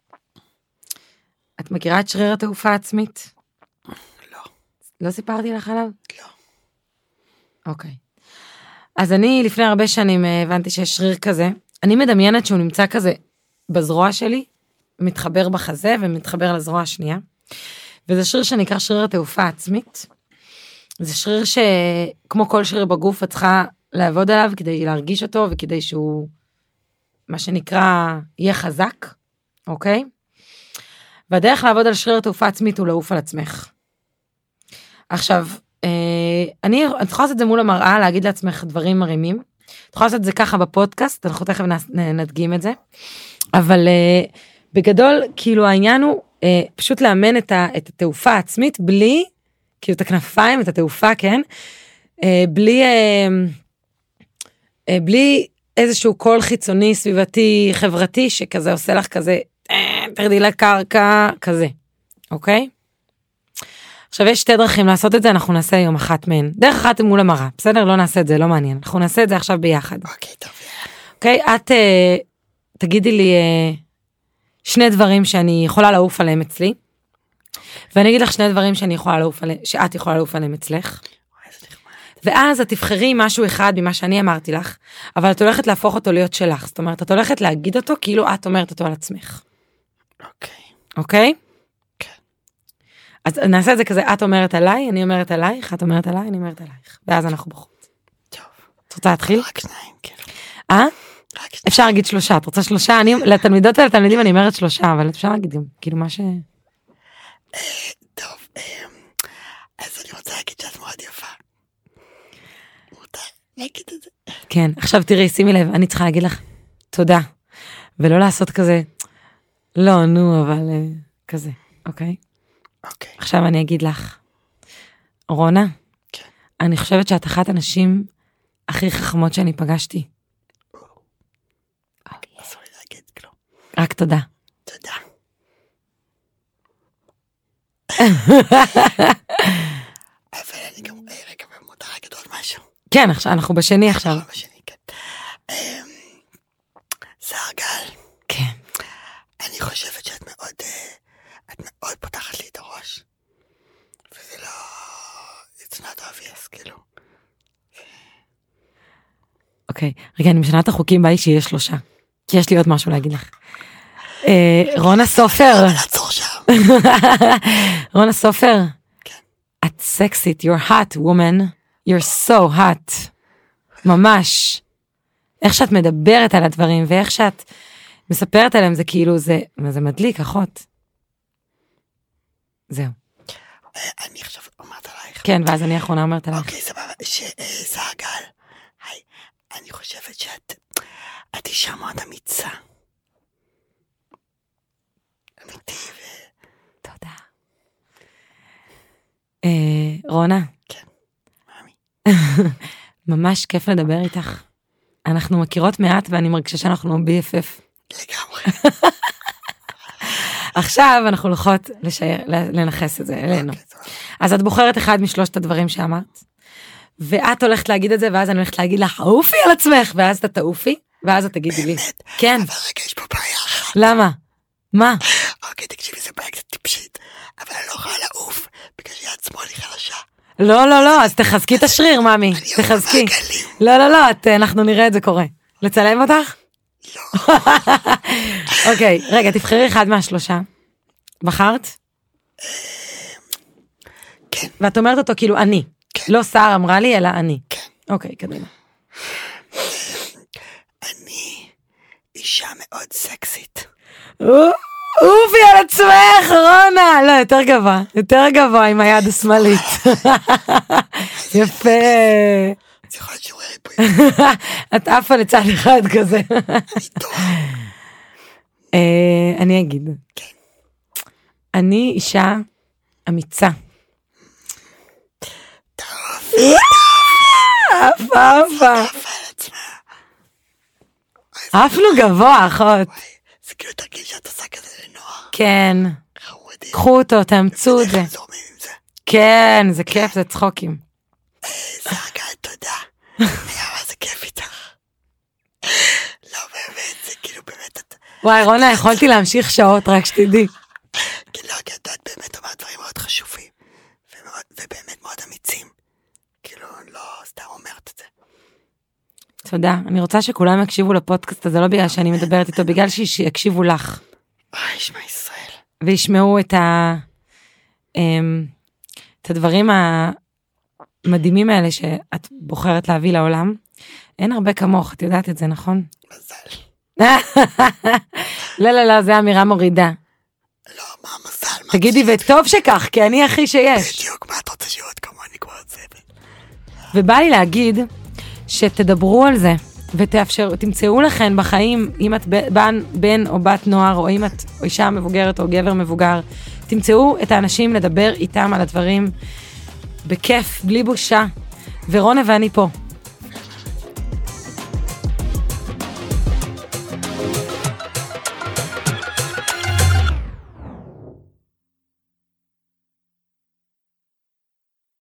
את מכירה את שריר התעופה העצמית? לא. לא סיפרתי לך עליו? לא. אוקיי. אז אני לפני הרבה שנים הבנתי שיש שריר כזה, אני מדמיינת שהוא נמצא כזה בזרוע שלי, מתחבר בחזה ומתחבר לזרוע השנייה, וזה שריר שנקרא שריר התעופה העצמית, זה שריר שכמו כל שריר בגוף את צריכה לעבוד עליו כדי להרגיש אותו, וכדי שהוא, מה שנקרא, יהיה חזק, אוקיי? והדרך לעבוד על שריר התעופה העצמית הוא לעוף על עצמך. עכשיו, אני, את יכולה לעשות את זה מול המראה, להגיד לעצמך דברים מרימים, את יכולה לעשות את זה ככה בפודקאסט, אנחנו תכף נדגים את זה, אבל בגדול, כאילו העניין הוא פשוט לאמן את התעופה העצמית, בלי, כאילו את הכנפיים, את התעופה, כן, בלי, בלי איזשהו קול חיצוני, סביבתי, חברתי, שכזה עושה לך כזה, תרדי לקרקע, כזה, אוקיי? עכשיו יש שתי דרכים לעשות את זה, אנחנו נעשה יום אחת מהן. דרך אחת מול המראה, בסדר? לא נעשה את זה, לא מעניין. אנחנו נעשה את זה עכשיו ביחד. אוקיי, טוב. אוקיי, את uh, תגידי לי uh, שני דברים שאני יכולה לעוף עליהם אצלי, ואני אגיד לך שני דברים שאני יכולה לעוף עליהם, שאת יכולה לעוף עליהם אצלך. ואז את תבחרי משהו אחד ממה שאני אמרתי לך, אבל את הולכת להפוך אותו להיות שלך. זאת אומרת, את הולכת להגיד אותו כאילו את אומרת אותו על עצמך. אוקיי. אוקיי? אז נעשה את זה כזה, את אומרת עליי, אני אומרת עלייך, את אומרת עליי, אני אומרת עלייך. ואז אנחנו בחוץ. טוב. את רוצה להתחיל? רק שניים, כן. אה? אפשר להגיד שלושה, את רוצה שלושה? אני, לתלמידות ולתלמידים אני אומרת שלושה, אבל אפשר להגיד גם, כאילו מה ש... טוב, אז אני רוצה להגיד שאת מאוד יפה. מותר להגיד את זה. כן, עכשיו תראי, שימי לב, אני צריכה להגיד לך תודה, ולא לעשות כזה, לא, נו, אבל כזה, אוקיי? אוקיי. עכשיו אני אגיד לך, רונה, כן. אני חושבת שאת אחת הנשים הכי חכמות שאני פגשתי. אסור לי להגיד כלום. רק תודה. תודה. אבל אני גם רגע במודע משהו. כן, עכשיו, אנחנו בשני עכשיו. בשני, כן. זהר גל. כן. אני חושבת שאת מאוד, את מאוד פותחת לי את הראש. וזה לא... It's not obvious, כאילו. אוקיי, רגע, אני משנה את החוקים בה שיהיה שלושה. כי יש לי עוד משהו להגיד לך. רונה סופר. לעצור שם. רונה סופר. כן. את סקסית, you're hot woman. You're so hot. ממש. איך שאת מדברת על הדברים, ואיך שאת מספרת עליהם, זה כאילו, זה, זה מדליק, אחות. זהו. אני עכשיו אומרת עלייך. כן, ואז אני האחרונה אומרת עלייך. אוקיי, סבבה. שזהר גל, היי, אני חושבת שאת, את אישה מאוד אמיצה. אמיתי ו... תודה. רונה. כן, מאמי. ממש כיף לדבר איתך. אנחנו מכירות מעט ואני מרגישה שאנחנו בי אף אף. לגמרי. עכשיו אנחנו הולכות לשייר, לנחס את זה אלינו. אז את בוחרת אחד משלושת הדברים שאמרת, ואת הולכת להגיד את זה, ואז אני הולכת להגיד לך, עופי על עצמך, ואז אתה תעופי, ואז את תגידי לי. באמת? כן. אבל רגע, יש פה בעיה אחת. למה? מה? אוקיי, תקשיבי, זה בעיה קצת טיפשית, אבל אני לא יכולה לעוף, בגלל שיד שמאל היא חלשה. לא, לא, לא, אז תחזקי את השריר, מאמי. תחזקי. לא, לא, לא, אנחנו נראה את זה קורה. לצלם אותך? לא. אוקיי, רגע, תבחרי אחד מהשלושה. בחרת? כן. ואת אומרת אותו כאילו אני. לא שר אמרה לי, אלא אני. כן. אוקיי, קדימה. אני אישה מאוד סקסית. אופי על עצמך, רונה. לא, יותר גבוה. יותר גבוה עם היד השמאלית. יפה. זה יכול להיות שיעורי ריפוי. את עפה לצד אחד כזה. אני טוב. אני אגיד. כן. אני אישה אמיצה. טוב. עפה, עפה. טוב על עצמה. עפנו גבוה, אחות. זה כאילו תרגיל שאת עושה כזה לנוער. כן. חרודי. קחו אותו, תאמצו את זה. זורמים עם זה. כן, זה כיף, זה צחוקים. זהר גל, תודה. היה מה זה כיף איתך. לא באמת, זה כאילו באמת את... וואי, רונה, יכולתי להמשיך שעות, רק שתדעי. כי לא, כי את באמת אומרת דברים מאוד חשובים. ובאמת מאוד אמיצים. כאילו, לא סתם אומרת את זה. תודה. אני רוצה שכולם יקשיבו לפודקאסט הזה, לא בגלל שאני מדברת איתו, בגלל שיקשיבו לך. אוי, שמע ישראל. וישמעו את ה... את הדברים המדהימים האלה שאת בוחרת להביא לעולם. אין הרבה כמוך, את יודעת את זה, נכון? מזל. לא, לא, לא, זה אמירה מורידה. לא, מה מזל? תגידי, וטוב שכך, כי אני הכי שיש. בדיוק, מה את רוצה שירות כמוני כמו את זה? ובא לי להגיד שתדברו על זה, ותאפשר, תמצאו לכן בחיים, אם את בן, בן או בת נוער, או אם את אישה מבוגרת או גבר מבוגר, תמצאו את האנשים לדבר איתם על הדברים בכיף, בלי בושה. ורונה ואני פה.